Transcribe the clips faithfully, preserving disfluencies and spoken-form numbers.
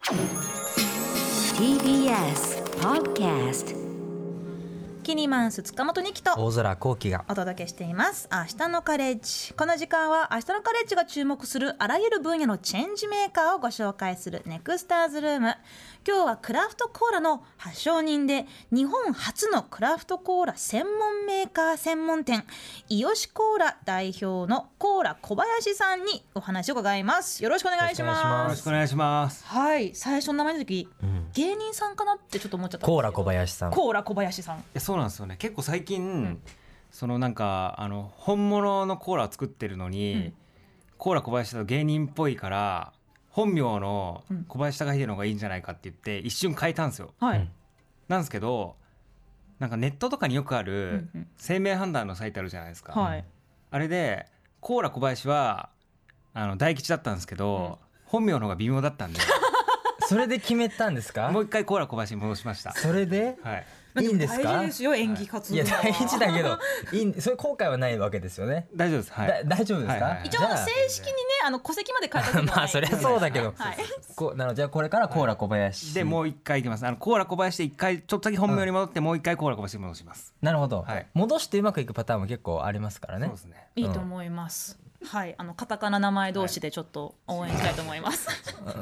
ティービーエス Podcast。 キニマンス塚本二木と大空幸輝がお届けしています明日のカレッジ。この時間は明日のカレッジが注目するあらゆる分野のチェンジメーカーをご紹介するネクスターズルーム。今日はクラフトコーラの発祥人で日本初のクラフトコーラ専門メーカー専門店イヨシコーラ代表のコーラ小林さんにお話を伺います。よろしくお願いします。 よろしくお願いしますはい、最初の名前の時、うん、芸人さんかなってちょっと思っちゃったんですけど。 コーラ小林さんコーラ小林さん。 いやそうなんですよね。結構最近、うん、そのなんかあの本物のコーラを作ってるのに、うん、コーラ小林だと芸人っぽいから本名の小林貴秀の方がいいんじゃないかって言って一瞬変えたんですよ、 はい、 なんですけどなんかネットとかによくある生命判断のサイトあるじゃないですか、 はい、 あれでコーラ小林はあの大吉だったんですけど、うん、本名の方が微妙だったんでそれで決めたんですか。 もう一回コーラ小林に戻しました。 それで、 はいいいんですか。 大事ですよ演技活動。 いや大事だけどいいそういう後悔はないわけですよね。 大丈夫です、はい、 大丈夫ですか、はいはいはい、 一応正式にねあの戸籍まで書いたことないまあそりゃそうだけど、 はい、 こうなのじゃあこれからコーラ小林、 はい、でもう一回いきます。あのコーラ小林で一回ちょっとだけ本名に戻って、うん、もう一回コーラ小林に戻します。 なるほど、 はい、 戻してうまくいくパターンも結構ありますからね。 そうですね、 いいと思います、うん、はい、あのカタカナ名前同士でちょっと応援したいと思います、はい、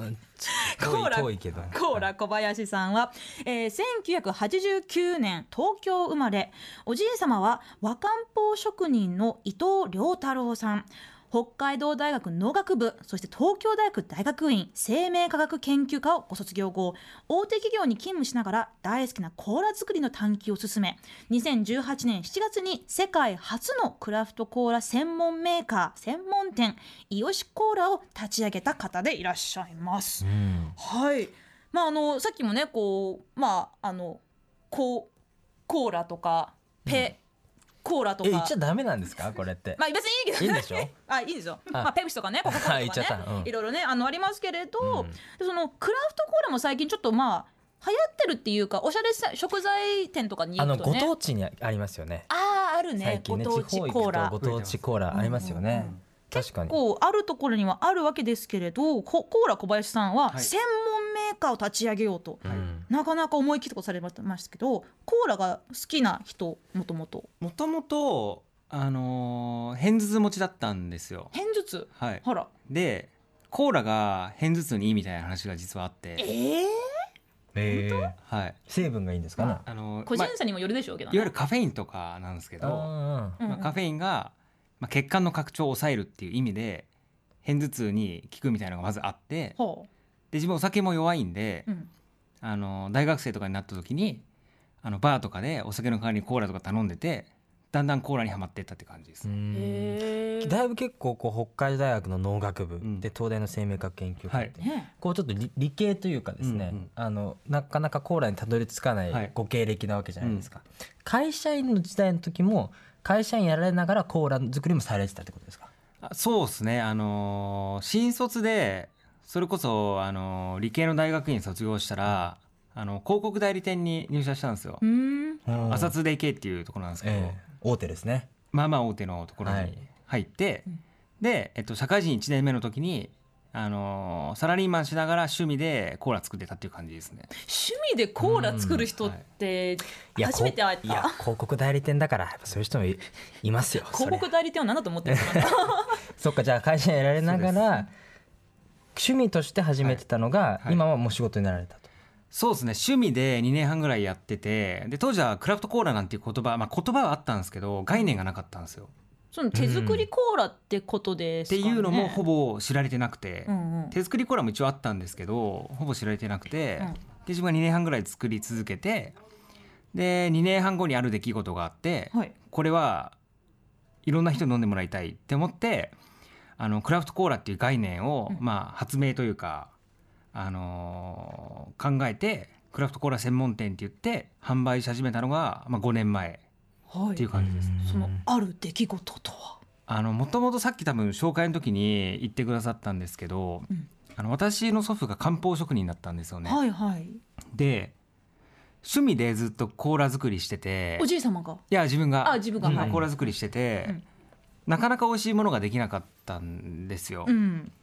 コーラ遠いけどコーラ小林さんは、えー、せんきゅうひゃくはちじゅうきゅうねん東京生まれ。おじい様は和漢方職人の伊藤良太郎さん。北海道大学農学部、そして東京大学大学院生命科学研究科をご卒業後、大手企業に勤務しながら大好きなコーラ作りの探求を進め、にせんじゅうはちねんしちがつに世界初のクラフトコーラ専門メーカー専門店イヨシコーラを立ち上げた方でいらっしゃいます、うん、はい。まあ、あのさっきもねこう、まあ、あのココーラとかペ、うんコーラとかえ言っちゃダメなんですかこれって。 まあ別にいいけど、ね、 いいんでしょあいいんですよ。まあペプシとかねコカ・コーラとかね、うん、いろいろねあのありますけれど、うん、そのクラフトコーラも最近ちょっとまあ流行ってるっていうかおしゃれ食材店とかに行くとねあのご当地にありますよね。 あああるね最近ねご当地コーラご当地コーラありますよね、うんうんうん、確かに結構あるところにはあるわけですけれどコーラ小林さんは専門メーカーを立ち上げようと、はい、なかなか思い切ったことされましたけど、コーラが好きな人もともともともとあのー、片頭痛持ちだったんですよ。 片頭痛、 はい、 ほらでコーラが片頭痛にいいみたいな話が実はあって。 えーえーはい、 成分がいいんですかね、 あのー、 個人差にもよるでしょうけどね、 いわゆるカフェインとかなんですけど、まあ、カフェインが、まあ、血管の拡張を抑えるっていう意味で片頭痛に効くみたいなのがまずあって、で自分お酒も弱いんで、うん、あの大学生とかになった時にあのバーとかでお酒の代わりにコーラとか頼んでてだんだんコーラにはまっていったって感じです。 へだいぶ結構こう北海道大学の農学部、うん、で東大の生命科学研究科って、はい、こうちょっと 理, 理系というかですね、うんうん、あのなかなかコーラにたどり着かないご経歴なわけじゃないですか、はい、うん、会社員の時代の時も会社員やられながらコーラ作りもされてたってことですか。 あそうですね、あのー、新卒でそれこそ、あのー、理系の大学院卒業したらあの広告代理店に入社したんですよ。朝津デイ系っていうところなんですけど、えー、 大手ですね。 まあまあ大手のところに入って、はい、で、えっと、社会人いちねんめの時に、あのー、サラリーマンしながら趣味でコーラ作ってたっていう感じですね。 趣味でコーラ作る人って初めて会えた。 いや広告代理店だからやっぱそういう人も い, いますよ。 広告代理店は何だと思ってるのかなそっか、じゃあ会社やられながら趣味として始めてたのが、はいはい、今はもう仕事になられたと。 そうですね、趣味でにねんはんぐらいやってて、で当時はクラフトコーラなんていう言葉、まあ、言葉はあったんですけど概念がなかったんですよ。 その手作りコーラってことですかね、 っていうのもほぼ知られてなくて、 うんうん、 手作りコーラも一応あったんですけどほぼ知られてなくて、うん、で自分がにねんはんぐらい作り続けて、でにねんはんごにある出来事があって、はい、これはいろんな人に飲んでもらいたいって思ってあのクラフトコーラっていう概念を、うん、まあ、発明というかあのー、考えてクラフトコーラ専門店って言って販売し始めたのが、まあ、ごねんまえっていう感じです、はい、 そのある出来事とはあのもともとさっき多分紹介の時に言ってくださったんですけど、うん、あの私の祖父が漢方職人だったんですよね、 はいはい、 で趣味でずっとコーラ作りしてて。 おじい様がいや自分があ自分が、はい、 コーラ作りしてて、うん、なかなか美味しいものができなかったんですよ、 うん、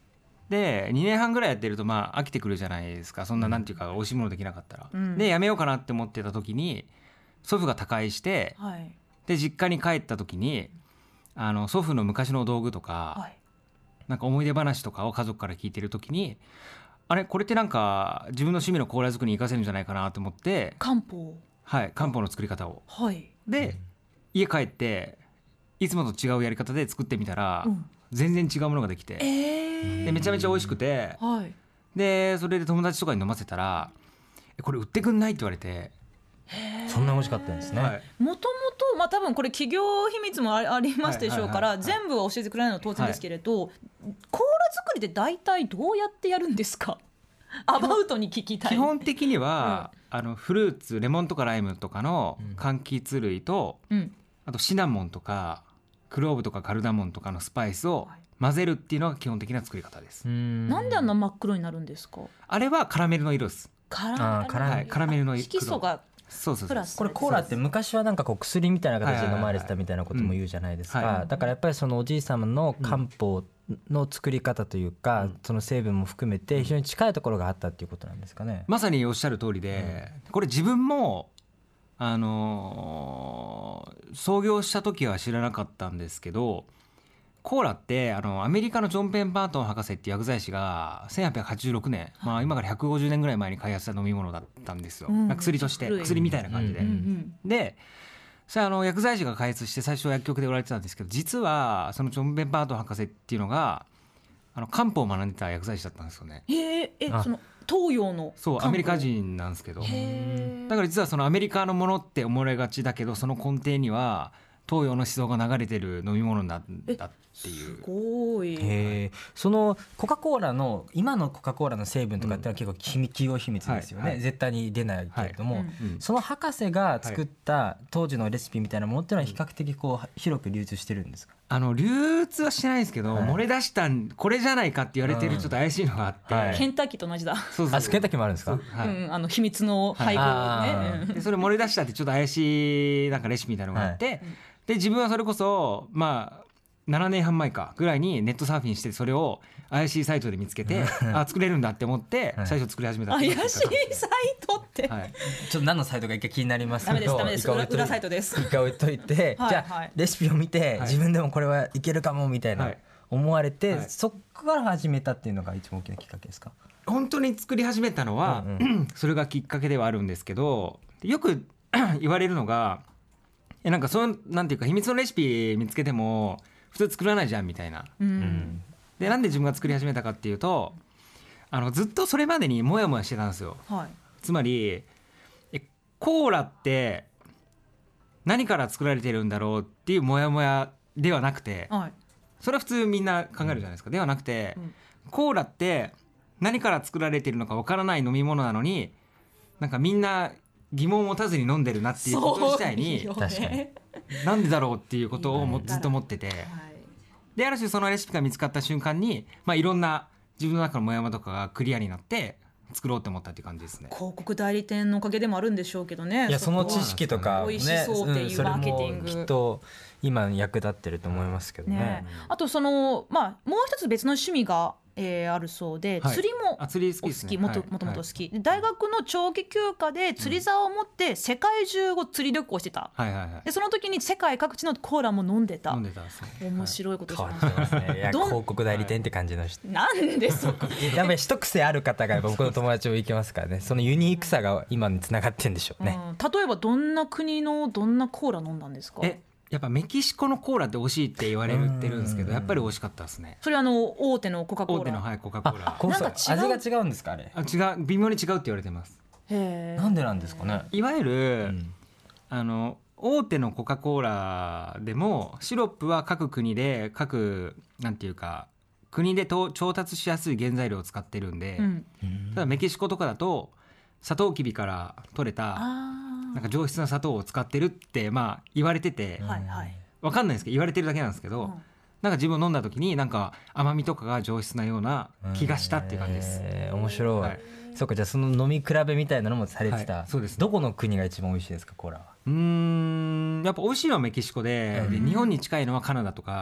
でにねんはんぐらいやってるとまあ飽きてくるじゃないですか、そんななんていうか美味しいものできなかったら、うん、でやめようかなって思ってた時に祖父が他界して、はい、で実家に帰った時にあの祖父の昔の道具とか、はい、なんか思い出話とかを家族から聞いてる時に、あれこれってなんか自分の趣味のコーラ作りに活かせるんじゃないかなと思って、 漢方、 はい漢方の作り方を、 はい、 で、うん、家帰っていつもと違うやり方で作ってみたら、うん、全然違うものができて、えー、でめちゃめちゃ美味しくて、はい、でそれで友達とかに飲ませたらこれ売ってくんないって言われて、 そんな美味しかったんですね。 もともとまあ多分これ企業秘密もありますでしょうから、はいはいはいはい、全部は教えてくれないのは当然ですけれど、はい、コーラ作りって大体どうやってやるんですか？アバウトに聞きたい。 基本的には、うん、あのフルーツレモンとかライムとかの柑橘類と、うん、あとシナモンとかクローブとかカルダモンとかのスパイスを混ぜるっていうのが基本的な作り方です。 うん、なんであんな真っ黒になるんですか？ あれはカラメルの色です。 カラメル、 はい、カラメルの色。 色素がそうそうそう、 これコーラって昔はなんかこう薬みたいな形で飲まれてたみたいなことも言うじゃないですか。だからやっぱりそのおじい様の漢方の作り方というか、うん、その成分も含めて非常に近いところがあったっていうことなんですかね。 まさにおっしゃる通りで、うん、これ自分もあのー、創業した時は知らなかったんですけど、コーラってあのアメリカのジョン・ペンバートン博士っていう薬剤師がせんはっぴゃくはちじゅうろくねん、まあ、今からひゃくごじゅうねんぐらい前に開発した飲み物だったんですよ、うん、薬として薬みたいな感じで、うんうん、でそれあの薬剤師が開発して最初薬局で売られてたんですけど、実はそのジョン・ペンバートン博士っていうのがあの漢方を学んでた薬剤師だったんですよね。 へえ、えその東洋のそうアメリカ人なんですけど、だから実はそのアメリカのものって思われがちだけど、その根底には東洋の思想が流れてる飲み物なんだっていう。 すごい。 へそのコカ・コーラの今のコカ・コーラの成分とかってのは結構企業秘密ですよね、はいはい、絶対に出ないけれども、はいうん、その博士が作った当時のレシピみたいなものっていうのは比較的こう広く流通してるんですか？ あの流通はしてないですけど、はい、漏れ出したこれじゃないかって言われてるちょっと怪しいのがあって、うんはい、 ケンタッキーと同じだ。 そうそう、あケンタッキーもあるんですか？ はいうん、あの秘密の配合、ね、 でそれ漏れ出したってちょっと怪しいなんかレシピみたいなのがあって、はい、で自分はそれこそまあななねんはん前かぐらいにネットサーフィンしてそれを怪しいサイトで見つけてあ作れるんだって思って最初作り始めた。 怪しいサイトって、 はい、ちょっと何のサイトか一回気になりますけど、 ダメですダメです、裏, 裏サイトです。 一回置いといてじゃあ、はい、レシピを見て、はい、自分でもこれはいけるかもみたいな思われて、はい、そこから始めたっていうのが一番大きなきっかけですか？ 本当に作り始めたのは、うんうん、それがきっかけではあるんですけど、よく言われるのがえなんかそういうなんていうか秘密のレシピ見つけても普通作らないじゃんみたいな、うん、でなんで自分が作り始めたかっていうと、あのずっとそれまでにモヤモヤしてたんですよ、はい、つまりえコーラって何から作られてるんだろうっていうモヤモヤではなくて、はい、それは普通みんな考えるじゃないですか、うん、ではなくて、うん、コーラって何から作られてるのかわからない飲み物なのになんかみんな疑問を持たずに飲んでるなっていうこと自体に確かになんでだろうっていうことをもずっと思ってて、はい、である種そのレシピが見つかった瞬間に、まあ、いろんな自分の中のモヤモヤとかがクリアになって作ろうって思ったっていう感じですね。 広告代理店のおかげでもあるんでしょうけどね。 いやその知識とか、ね、 美味しそうっていうマーケティング、 うん、それもきっと今役立ってると思いますけどね。 ねあとその、まあ、もう一つ別の趣味がえー、あるそうで、はい、釣りもお好き、もともと好き、はい、大学の長期休暇で釣り竿を持って世界中を釣り旅行してた、うんはいはいはい、でその時に世界各地のコーラも飲んでた。 飲んでたですね。 面白いことしました、はい、いや広告代理店って感じの人、 はい、なんでそこやっぱり一癖ある方が僕の友達も行けますからね。そのユニークさが今につながってるんでしょうね、 うん、例えばどんな国のどんなコーラ飲んだんですか？ えやっぱメキシコのコーラって美味しいって言われてるんですけど、やっぱり美味しかったですね。 それはあの大手のコカ・コーラ、 大手の、はい、コカ・コーラなんか味が違うんですか？あれあ違う微妙に違うって言われてます。 へなんでなんですかね。 いわゆる、うん、あの大手のコカ・コーラでもシロップは各国で各なんていうか国でと調達しやすい原材料を使ってるんで、うん、ただメキシコとかだとサトウキビから取れたなんか上質な砂糖を使ってるってまあ言われてて、はいはい、分かんないですけど言われてるだけなんですけど、うん、なんか自分飲んだ時になんか甘みとかが上質なような気がしたっていう感じです。 えー、面白い、はい、そうかじゃあその飲み比べみたいなのもされてた、はい、そうですね。どこの国が一番美味しいですかコーラは？ うーんやっぱ美味しいのはメキシコ で,、うん、で日本に近いのはカナダとか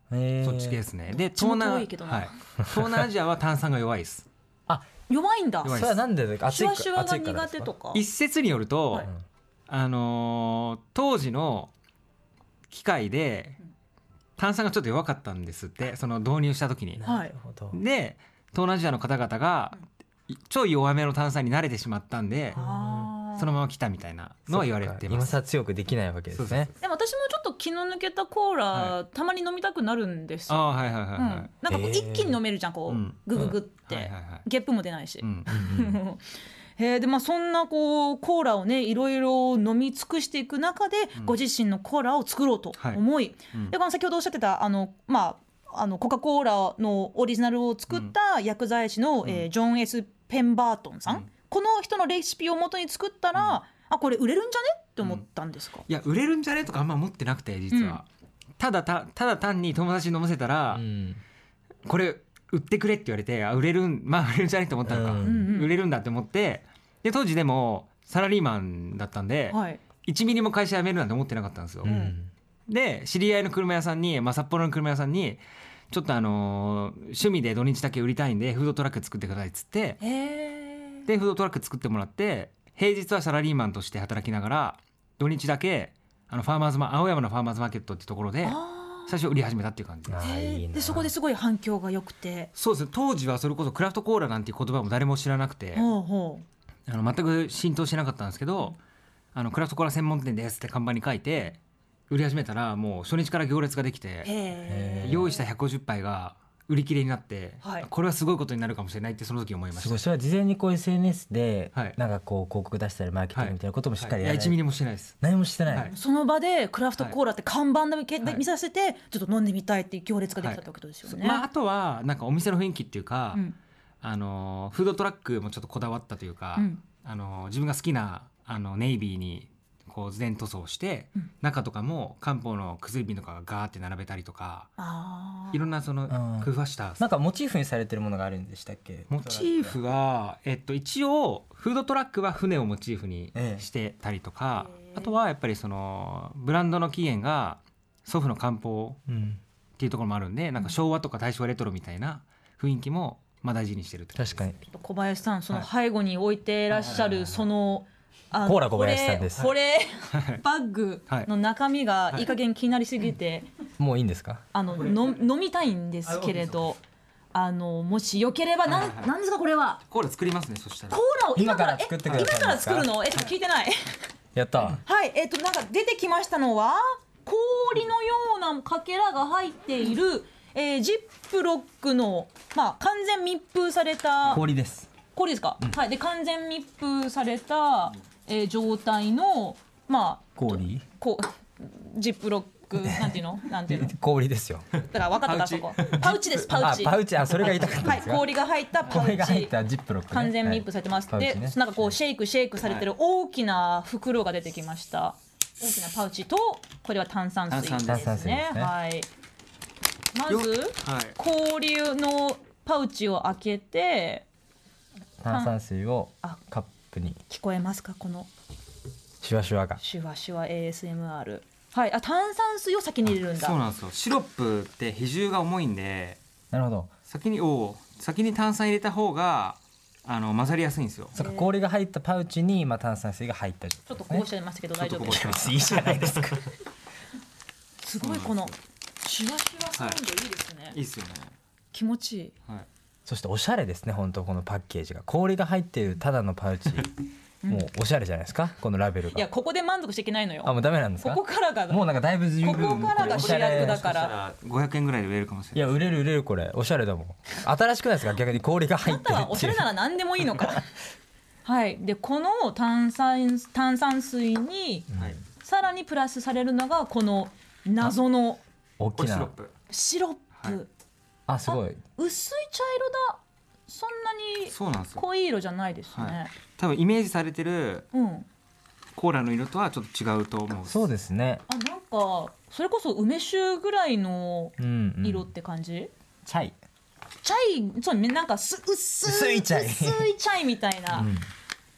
そっち系ですね。で東南、はい、東南アジアは炭酸が弱いです。 あ、弱いんだ。 それはなんで暑いシュワシュワが苦手とか。 一説によると、はい、あのー、当時の機械で炭酸がちょっと弱かったんですって、その導入した時に、 はい、 で東南アジアの方々がちょい弱めの炭酸に慣れてしまったんで、そのまま来たみたいなのは言われてます。 今さ強くできないわけですね。そうそうそう。 でも私もちょっと気の抜けたコーラ、はい、たまに飲みたくなるんですよ。 あ、はいはいはいはい、うん、 なんかこう一気に飲めるじゃん、こう、うん、グググって、うんはいはいはい、ゲップも出ないし、うんえーでまあ、そんなこうコーラをねいろいろ飲み尽くしていく中で、うん、ご自身のコーラを作ろうと思い、はいうん、でこの先ほどおっしゃってたあの、まあ、あのコカ・コーラのオリジナルを作った薬剤師の、うんえー、ジョン S. ペンバートンさん、うん、この人のレシピを元に作ったら、うん、あこれ売れるんじゃねって思ったんですか？ うん、いや売れるんじゃねとかあんま思ってなくて実は、うん、ただたただ単に友達に飲ませたら、うん、これ売ってくれって言われてあ売れるんまあ売れるんじゃねと思ったのか、うん、売れるんだって思ってで当時でもサラリーマンだったんで、はい、いちミリも会社辞めるなんて思ってなかったんですよ、うん、で知り合いの車屋さんに、まあ、札幌の車屋さんにちょっとあのー、趣味で土日だけ売りたいんでフードトラック作ってくださいっつってでフードトラック作ってもらって平日はサラリーマンとして働きながら土日だけあのファーマーズマ青山のファーマーズマーケットってところで最初売り始めたっていう感じです。 いいでそこですごい反響が良くてそうですね当時はそれこそクラフトコーラなんていう言葉も誰も知らなくてほうほうあの全く浸透してなかったんですけどあのクラフトコーラ専門店ですって看板に書いて売り始めたらもう初日から行列ができて用意したひゃくごじゅっぱいが売り切れになって、はい、これはすごいことになるかもしれないってその時思いました。 すごいそれは事前にこう エスエヌエス でなんかこう広告出したりマーケティングみたいなこともしっかりやらない、はいはい、いやいちミリもしてないです。 何もしてない、 はい、その場でクラフトコーラって看板で見させてちょっと飲んでみたいっていう行列ができたってことですよね、 はいまあ、あとはなんかお店の雰囲気っていうか、うん、あのフードトラックもちょっとこだわったというか、うん、あの自分が好きなあのネイビーにこう全塗装して、うん、中とかも漢方の薬瓶とかがガーって並べたりとかいろんなその工夫はしたなんかモチーフにされてるものがあるんでしたっけ？ モチーフは、えっと、一応フードトラックは船をモチーフにしてたりとか、ええ、あとはやっぱりそのブランドの起源が祖父の漢方っていうところもあるんで、うん、なんか昭和とか大正レトロみたいな雰囲気もまあ大事にしてるって感じです。 確かに小林さんその背後に置いていらっしゃるそのコーラ小林さんです。 これバッグの中身がいい加減気になりすぎて、はいはい、 もういいんですか？ あのの飲みたいんですけれど、あのもしよければな、はいはい、なんですかこれは？ コーラ作りますね。そしたらコーラを今から今から作ってください今から作るの？えちょっと聞いてない。はい、 やった。 はいえっ、ー、となんか出てきましたのは氷のようなかけらが入っている、えー、ジップロックのまあ完全密封された氷です。 氷ですか？うん、はいで完全密封された。えー、状態のまあ氷こジップロックなんていうのなんていうの氷ですよ。 だから分かったそこパウチですパウチあパウチあそれが言いたかったんですか？ はい氷が入ったパウチ氷が入ったジップロック、ね、 完全密封されてます、はい、で、ね、なんかこうシェイクシェイクされてる大きな袋が出てきました、はい、大きなパウチとこれは炭酸水ですね。炭酸水ですね、はい、まず、はい、氷のパウチを開けて炭酸水をカップに聞こえますかこのシュワシュワがシュワシュワ エーエスエムアール はいあ炭酸水を先に入れるんだ。 そうなんですよ。シロップって比重が重いんでなるほど先にお先に炭酸入れた方があの混ざりやすいんですよ。 そうか氷が入ったパウチに、まあ、炭酸水が入った状態、 ね、ちょっとこぼしちゃいましたけど大丈夫ですか？ いいじゃないですかすごいこのシュワシュワサウンドいいですね、 はい、いいですよね。 気持ちいい、 はい、 そしておしゃれですね本当このパッケージが氷が入っているただのパウチもうおしゃれじゃないですかこのラベルが。 いやここで満足していけないのよ。 あもうダメなんですか？ ここからがもうなんかだいぶここからが主役だからごひゃくえんぐらいで売れるかもしれない。 いや売れる売れるこれおしゃれだもん新しくないですか逆に氷が入ってるっていう。あなたはおしゃれなら何でもいいのかはいでこの炭酸炭酸水にさらにプラスされるのがこの謎の大きなシロップシロップ、はい、 あすごい薄い茶色だ。そんなに濃い色じゃないですね。はい、 多分イメージされてるコーラの色とはちょっと違うと思う。 そうですね。 あなんかそれこそ梅酒ぐらいの色って感じ、うんうん、 チャイチャイそうなんかす薄い薄いチャイ薄いチャイみたいな、うん、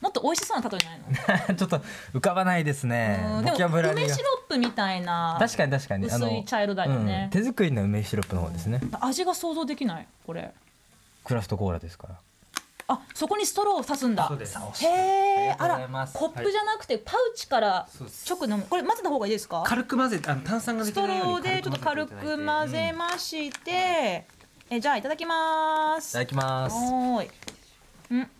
もっと美味しそうな例えないの？ ちょっと浮かばないですね。 ボキャブラリーが。梅シロップみたいな。 確かに確かに。 薄い茶色だよね、 うん。手作りの梅シロップの方ですね。 味が想像できないこれ。 クラフトコーラですから。 あ、そこにストローを刺すんだ。 そうです。 へえ。あら、コップじゃなくてパウチから直飲む。これ混ぜた方がいいですか？ 軽く混ぜ、あの炭酸が出てないようにストローでちょっと軽く混ぜまして、うん、えじゃあいただきます。 いただきます。 おーい。うん。うん。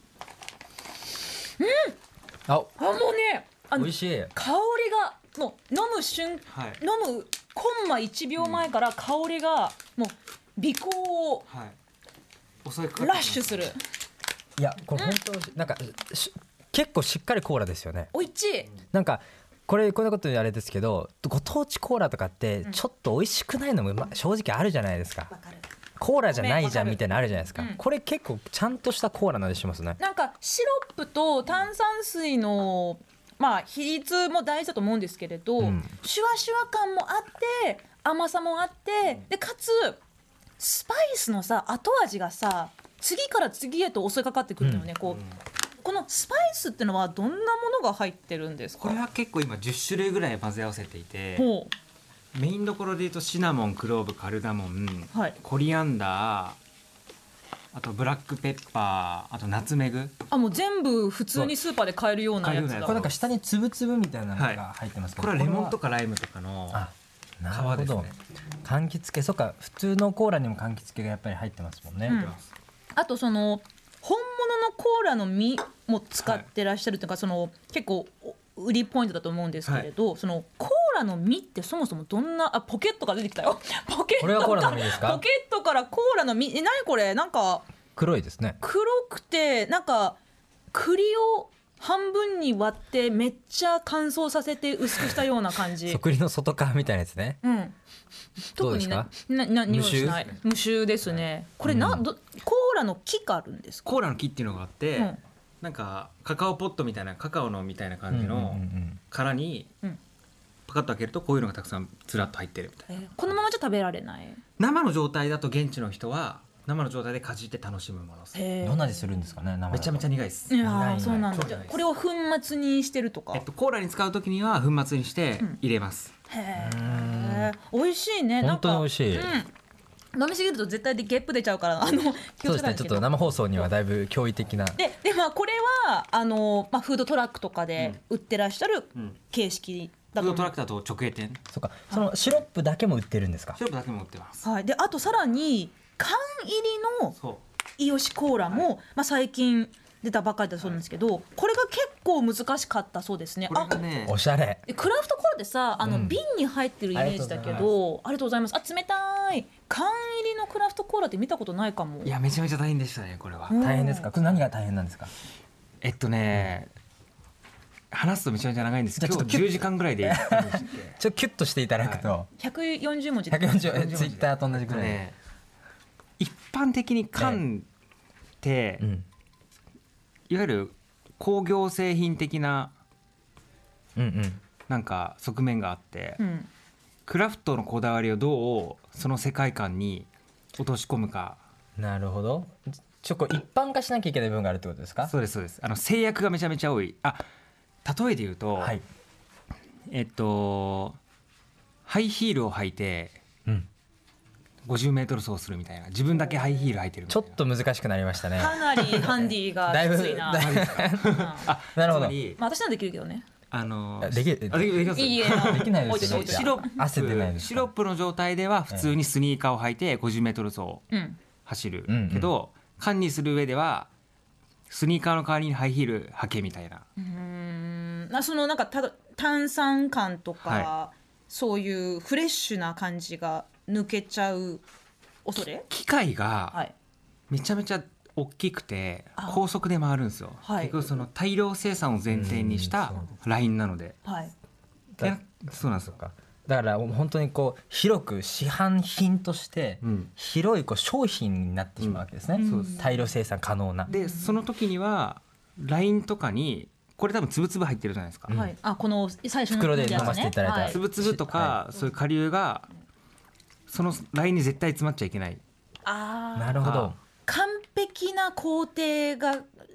あ、 あもうね、あの美味しい。 香りがもう飲む瞬、はい、飲むコンマいちびょうまえから香りがもう鼻孔をラッシュする。 いやこれ本当、うん、なんか結構しっかりコーラですよね。 おいしい。 なんかこれこんなことあれですけど、ご当地コーラとかってちょっと美味しくないのも正直あるじゃないですか。わかる。コーラじゃないじゃんみたいなのあるじゃないですか、うん、これ結構ちゃんとしたコーラの味しますね。 なんかシロップと炭酸水のまあ比率も大事だと思うんですけれど、うん、シュワシュワ感もあって甘さもあってでかつスパイスのさ後味がさ次から次へと襲いかかってくるのよね、うん、こうこのスパイスってのはどんなものが入ってるんですか？ これは結構今じゅっしゅるいぐらい混ぜ合わせていて、メインどころでいうとシナモン、クローブ、カルダモン、はい、コリアンダー、あとブラックペッパー、あとナツメグ。あ、 もう全部普通にスーパーで買えるようなやつだ。 これなんか下につぶつぶみたいなのが入ってますけど、 はい、これはレモンとかライムとかの皮ですね。 柑橘系、そうか、普通のコーラにも柑橘系がやっぱり入ってますもんね、うん、 あとその本物のコーラの実も使ってらっしゃるというか、はい、その結構売りポイントだと思うんですけれど、はい、そのコーラの実ってそもそもどんな、あ、ポケットから出てきたよポケットから、これはコーラの実ですか？ポケットからコーラの実、え、何これ、なんか黒いですね。 黒くてなんか栗を半分に割ってめっちゃ乾燥させて薄くしたような感じ栗の外側みたいなやつね。 うん、特にななな匂いしない無臭ですね。これな、うん、どコーラの木があるんですか？ コーラの木っていうのがあって、うん、なんかカカオポットみたいなカカオのみたいな感じの殻にパカッと開けるとこういうのがたくさんずらっと入ってるみたいな、 えー、このままじゃ食べられない？ 生の状態だと現地の人は生の状態でかじって楽しむものです。 どんな味するんですかね？生めちゃめちゃ苦いです。 いやそうなんだ。これを粉末にしてるとか、 えっと、コーラに使うときには粉末にして入れます、 うん、へえ、美味しいね。 本当に美味しい、 うん、飲みすぎると絶対でゲップ出ちゃうからあの気をつけたいんですけど。そうですね、 ちょっと生放送にはだいぶ驚異的なでで、まあ、これはあの、まあ、フードトラックとかで売ってらっしゃる形式だと、 フードトラックだと直営店。 そうか、そのシロップだけも売ってるんですか？ シロップだけも売ってます、 はい、であとさらに缶入りのイヨシコーラも、はい、まあ、最近出たばかりだそうなんですけど、はい、これが結構難しかったそうですね。 これがね、 あ、おしゃれ。 クラフトコーラってさ、あの、うん、瓶に入ってるイメージだけど、ありがとうございます。あ、冷たい。缶入りのクラフトコーラって見たことないかも。 いや、めちゃめちゃ大変でしたね、これは。 大変ですか？これ何が大変なんですか？ えっとね、うん、話すとめちゃめちゃ長いんですけど、今日じゅうじかんぐらいでちょっとキュッとしていただくと、はい、 ひゃくよんじゅうもじでひゃくよんじゅうツイッターと同じぐらい、 ね、一般的に缶って、うん、いわゆる工業製品的な、うんうん、なんか側面があって、うん、クラフトのこだわりをどうその世界観に落とし込むか。 なるほど。ちょっと一般化しなきゃいけない部分があるってことですか？ そうですそうです。あの制約がめちゃめちゃ多い。あ、例えで言うと、はい、えっとハイヒールを履いて、うん、ごじゅうメートル走するみたいな、自分だけハイヒール履いてるみたいな。 ちょっと難しくなりましたね。 かなりハンディがきついな。 だいぶあ、なるほど。 まあ、私はできるけどね。 あのできる、 あ、できます。 いいえ、 できないですよ。 シロップ、 汗出ないです。 シロップの状態では普通にスニーカーを履いてごじゅうメートル走走る、うん、けど、缶にする上ではスニーカーの代わりにハイヒール履けみたいな。 うーん、あ、そのなんかただ炭酸感とか、はい、そういうフレッシュな感じが抜けちゃう恐れ。 機械がめちゃめちゃ大きくて高速で回るんですよ、はい、結局その大量生産を前提にしたラインなので、はい、そうなんですよ。 だから本当にこう広く市販品として広いこう商品になってしまうわけですね、うん、大量生産可能な。 でその時にはラインとかにこれ多分つぶつぶ入ってるじゃないですか、 はい、あ、この最初の袋で飲ませていただいた、 はい、 つぶつぶとか、はい、そういう顆粒がそのラインに絶対詰まっちゃいけない。 あ、 なるほど。 完璧な工程が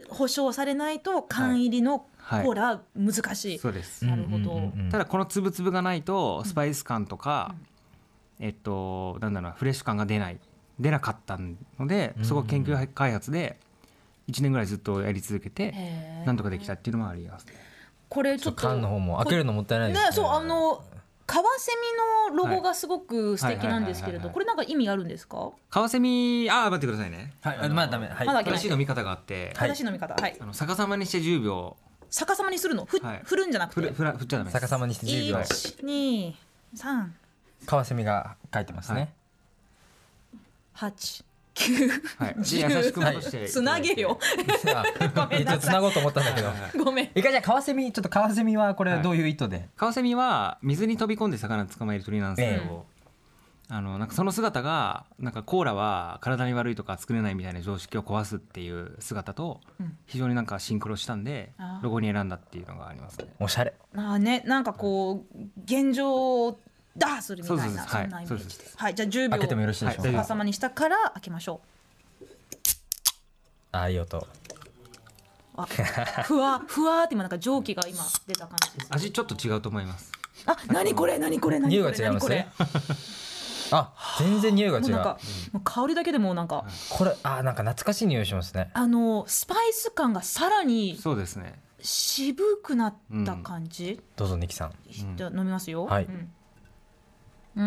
保証されないと缶入りのコーラ難しい、はい、 そうです。 なるほど。 ただこのつぶつぶがないとスパイス感とか、うん、えっとなんだろうなフレッシュ感が出ない出なかったので、そこ研究開発でいちねんぐらいずっとやり続けてなんとかできたっていうのもありますね。 これちょっと缶の方も開けるのもったいないですね。 ね、そうあのカワセミのロゴがすごく素敵なんですけれど、これなんか意味あるんですか？ カワセミ、あー待ってくださいね。 はい、まだダメ。はい。 正しい飲み方があって、 正しい飲み方、はい。 あの逆さまにしてじゅうびょう。 逆さまにするの？ふ、はい、振るんじゃなくて。 振る振っちゃダメです。 逆さまにしてじゅうびょう。 いち、に、さん。 カワセミが書いてますね。 はち、きゅう、 はい、じゅう。優しく戻して。 つなげよ。ごめんなさい。 つなごうと思ったんだけど。 ごめん。 一回じゃあカワセミちょっとカワセミはこれどういう意図で？はい、 カワセミは水に飛び込んで魚捕まえる鳥なんですけど、えー、あのなんかその姿がなんかコーラは体に悪いとか作れないみたいな常識を壊すっていう姿と非常になんかシンクロしたんで、うん、ロゴに選んだっていうのがありますね。 おしゃれ。 あね、なんかこう現状をダーするみたいな、そんなイメージです。はい、じゃあじゅうびょう開けてもよろしいでしょうか。 逆さまにしたから開けましょう。 あ、いい音。 あ、ふわふわって今なんか蒸気が今出た感じです。 味ちょっと違うと思います。 あ、何これ何これ何これ。 匂いが違いますね。あ、全然匂いが違う。 なんかもう香りだけでもなんか、 これあ、なんか懐かしい匂いしますね。 あのスパイス感がさらにそうですね。 渋くなった感じ。うん、 どうぞニキさん。 じゃあ飲みますよ。 はい。 うんうん、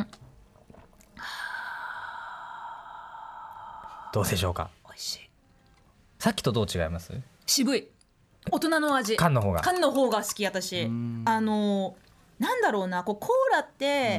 どうでしょうか。 美味しい。さっきとどう違います？ 渋い。大人の味。 缶の方が。 缶の方が好き私。あのなんだろうな、こうコーラって、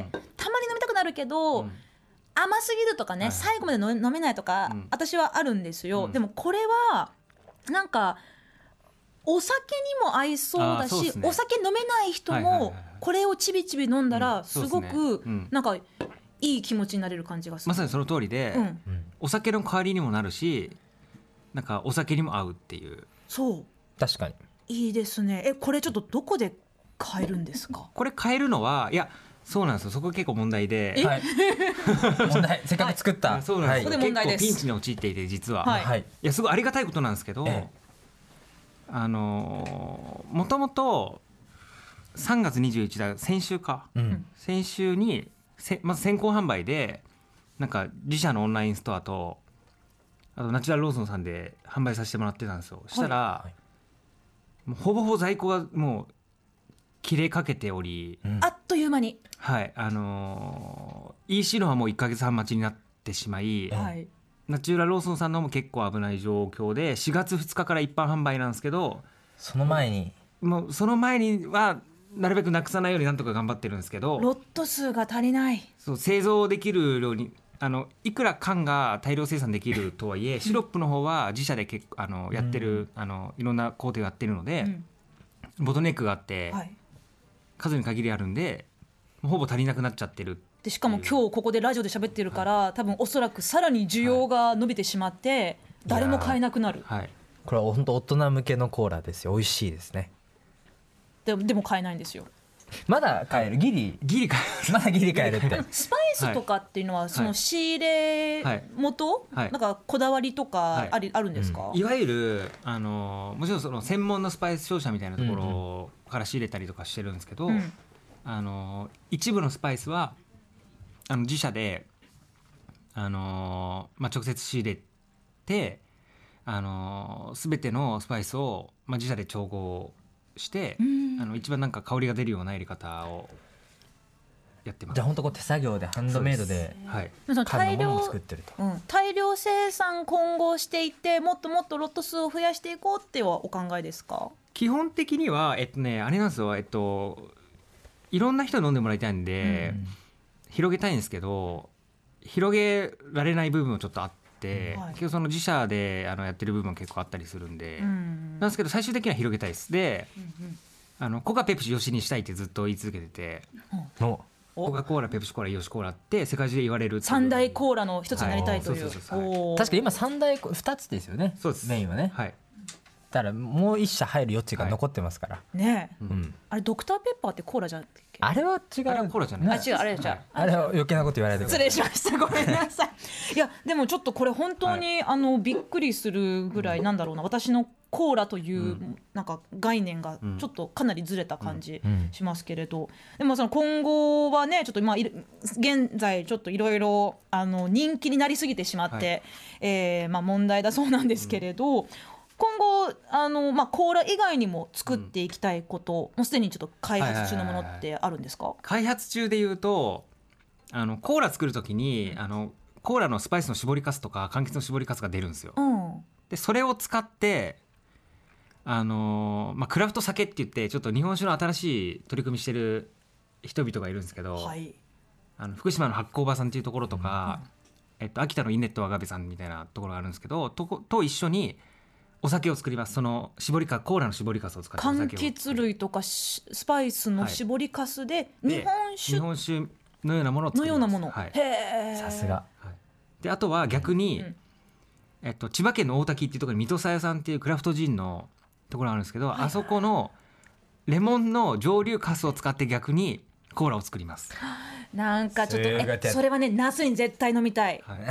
うん、たまに飲みたくなるけど、うん、甘すぎるとかね、はい、最後まで飲めないとか、うん、私はあるんですよ。うん、でもこれはなんかお酒にも合いそうだし、ね、お酒飲めない人もこれをちびちび飲んだらすごくなんかいい気持ちになれる感じがする。 まさにその通りで、うん、お酒の代わりにもなるし、なんかお酒にも合うっていう。 そう確かにいいですね。え、これちょっとどこで買えるんですか？ これ買えるのはいやそうなんですよ。そこ結構問題で、 はい、問題せっかく作った、 はい、そうなんですよ、 はい、結構ピンチに陥っていて実は、 はい、 いやすごいありがたいことなんですけど、ええ、あのもともとさんがつにじゅういちだ先週か、うん、先週にせまず先行販売でなんか自社のオンラインストアとあとナチュラルローソンさんで販売させてもらってたんですよ。したら、はい、もうほぼほぼ在庫がもう切れかけており、 うん、あっという間に、 はいあのー、イーシー の方はもういっかげつはん待ちになってしまい、はい、ナチュラルローソンさんの方も結構危ない状況でしがつふつかから一般販売なんですけど、 その前にもうその前にはなるべくなくさないようになんとか頑張ってるんですけど、 ロット数が足りない。 そう製造できる量にあのいくら缶が大量生産できるとはいえシロップの方は自社で結構あのやってる、うん、あのいろんな工程をやってるので、うん、ボトルネックがあって、はい、数に限りあるんでほぼ足りなくなっちゃってる。 でしかも今日ここでラジオで喋ってるから、はい、多分おそらくさらに需要が伸びてしまって、はい、誰も買えなくなる、 はい、これは本当大人向けのコーラですよ。美味しいですね。 でも、でも買えないんですよ。 まだ買える、ギリギリ買えるまだギリ買えるってスパイスとかっていうのはその仕入れ元、はいはい、なんかこだわりとかあり、はい、あるんですか？ うん、いわゆるあのもちろんその専門のスパイス商社みたいなところから仕入れたりとかしてるんですけど、うん、あの一部のスパイスはあの自社であの、まあ、直接仕入れてあの全てのスパイスを、まあ、自社で調合して、うん、あの一番なんか香りが出るようなやり方をやってます。 じゃあ本当こう手作業でハンドメイドで缶のものを作ってると、 うん、大量生産混合していってもっともっとロット数を増やしていこうってはお考えですか？ 基本的にはえっとねあれなんですよ、えっといろんな人に飲んでもらいたいんで、うん、広げたいんですけど広げられない部分もちょっとあって、はい、結局その自社であのやってる部分も結構あったりするんで、うん、なんですけど最終的には広げたいです。で、うんうん、あのコカペプシヨシにしたいってずっと言い続けてて、うん、コカ・コーラペプシコーラヨシコーラって世界中で言われる三大コーラの一つになりたいという。 確か今三大ふたつですよね。 そうですメインはね、はい、だからもう一社入る余地が残ってますから、はい、 ねえ、うん、あれドクターペッパーってコーラじゃなくてあれは違う。 あれはコーラじゃない。 あ、違う、あれじゃあれは余計なこと言われて失礼しました。ごめんなさい。いやでもちょっとこれ本当に、はい、あのびっくりするぐらいなんだろうな、私のコーラというなんか概念がちょっとかなりずれた感じしますけれど、でもその今後はねちょっとまあ現在ちょっといろいろ人気になりすぎてしまって、はい、えー、まあ問題だそうなんですけれど、今後あの、まあ、コーラ以外にも作っていきたいこと、うん、もうすでにちょっと開発中のものってあるんですか？ 開発中でいうとあのコーラ作るときにあのコーラのスパイスの搾りかすとか柑橘の搾りかすが出るんですよ、うん、でそれを使ってあの、まあ、クラフト酒って言ってちょっと日本酒の新しい取り組みしてる人々がいるんですけど、はい、あの福島の発酵場さんっていうところとか、うん、えっと、秋田のインネットアガベさんみたいなところがあるんですけど と, と一緒にお酒を作ります。その搾りかコーラの搾りかすを使ってお酒を柑橘類とかスパイスの搾りかすで日本酒、 日本酒のようなものを作ります。 のようなもの、 はい、 へー、 さすが。 であとは逆に、うん、えっと、千葉県の大滝っていうところに水戸さやさんっていうクラフトジンのところがあるんですけど、はい、あそこのレモンの蒸留かすを使って逆にコーラを作ります。 なんかちょっとえそれはね夏に絶対飲みたい、はい、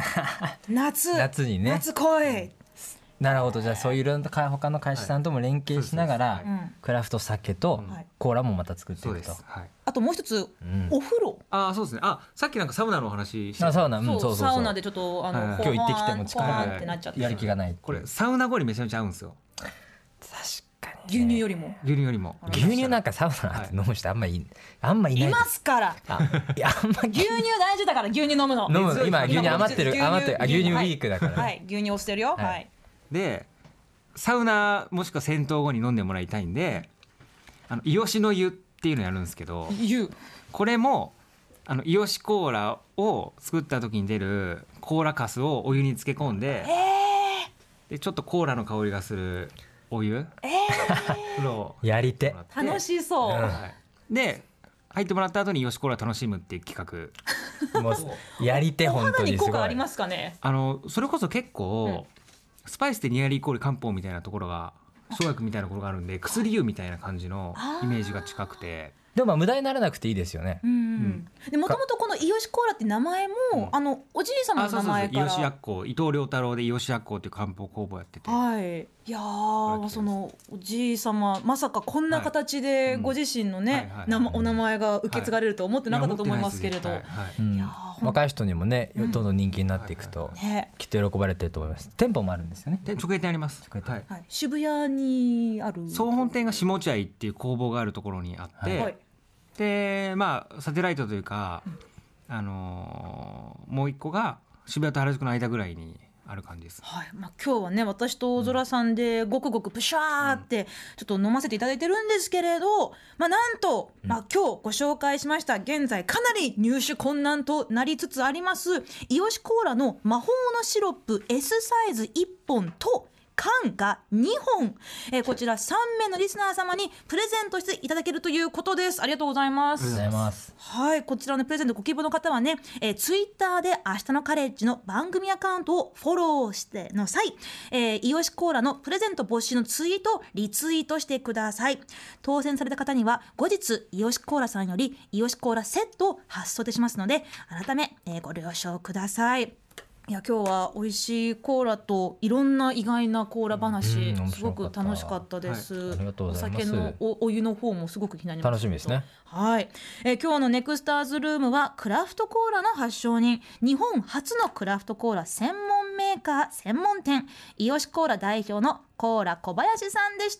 夏夏にね夏来い。 なるほど。じゃあそういういろんな他の会社さんとも連携しながら、はい、クラフト酒とコーラもまた作っていくと、 はい、 あともう一つ、うん、お風呂。 あそうですね。あさっきなんかサウナのお話してあサウナ、うん、 そうそうそうそうサウナでちょっとあの、はい、 今日行ってきても力ってなっちゃってやる気がない。 これサウナ後にめちゃめちゃ合うんですよ。 確かに、 ね、牛乳よりも牛乳よりも牛乳なんかサウナって飲む人あんまり、はい、あんまいない。 いますから。あいやあんま牛乳大事だから牛乳飲むの。 飲む今牛乳余ってる余ってるあ牛乳ウィークだから、 はいはい、牛乳を捨てるよ。はい、はい、 でサウナもしくは銭湯後に飲んでもらいたいんで、あのイヨシの湯っていうのやるんですけど、 湯これもあのイヨシコーラを作った時に出るコーラかすをお湯に漬け込んで、でちょっとコーラの香りがするお湯、えー、風呂やりて楽しそう、うん、 はい、で入ってもらった後にイヨシコーラ楽しむっていう企画もうやりて本当にすごい。お肌に効果ありますかね。 あのそれこそ結構、うん、スパイスでニアリーイコール漢方みたいなところが生薬みたいなところがあるんで薬湯みたいな感じのイメージが近くて、 でもまあ無駄にならなくていいですよね。 うんうん、でもともとこのイヨシコーラって名前も、うん、あのおじい様の名前から、 イヨシ薬酵、伊藤良太郎でイヨシ薬酵っていう漢方工房やってて、 はい、いやーそのおじい様まさかこんな形でご自身のねお名前が受け継がれると思ってなかったと思いますけれど、 若い人にもねどんどん人気になっていくと、うんね、きっと喜ばれてると思います。店舗もあるんですよね。 直営店あります、 はいはい、渋谷にある総本店が下落合っていう工房があるところにあって、はい、でまあサテライトというか、うん、あのー、もう一個が渋谷と原宿の間ぐらいにある感じです。 はい、まあ、今日はね私と大空さんでごくごくプシャーってちょっと飲ませていただいてるんですけれど、まあ、なんと、まあ、今日ご紹介しました現在かなり入手困難となりつつありますイヨシコーラの魔法のシロップ S サイズいっぽんと缶がにほん、えー、こちらさんめいのリスナー様にプレゼントしていただけるということです。ありがとうございます。 ありがとうございます。 はい、こちらのプレゼントご希望の方はね、えー、ツイッターで明日のカレッジの番組アカウントをフォローしての際、えー、イヨシコーラのプレゼント募集のツイートをリツイートしてください。当選された方には後日イヨシコーラさんよりイヨシコーラセットを発送いたしますので改め、えー、ご了承ください。いや今日は美味しいコーラといろんな意外なコーラ話、うん、すごく楽しかったです。はい、ありがとうございます。お酒の お, お湯の方もすごく気になります。 楽しみですね。 はい、えー、今日のネクスターズルームはクラフトコーラの発祥人、日本初のクラフトコーラ専門メーカー専門店イヨシコーラ代表のコーラ小林さんでした。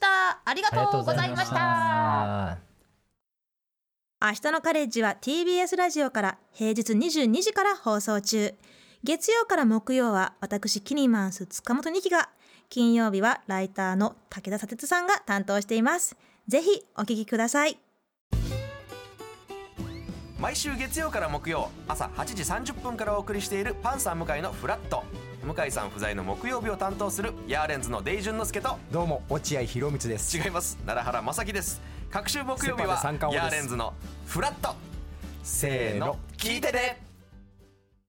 ありがとうございました。明日のカレッジは ティービーエス ラジオから平日にじゅうにじから放送中。月曜から木曜は私キニマンス塚本二希が、金曜日はライターの武田砂鉄さんが担当しています。ぜひお聞きください。 毎週月曜から木曜朝はちじさんじゅっぷんからお送りしているパンサー向井のフラット。向井さん不在の木曜日を担当するヤーレンズのデイジュンの之介と、 どうも落合博満です。 違います、奈良原正樹です。各週木曜日はヤーレンズのフラット。せーの聞いてね。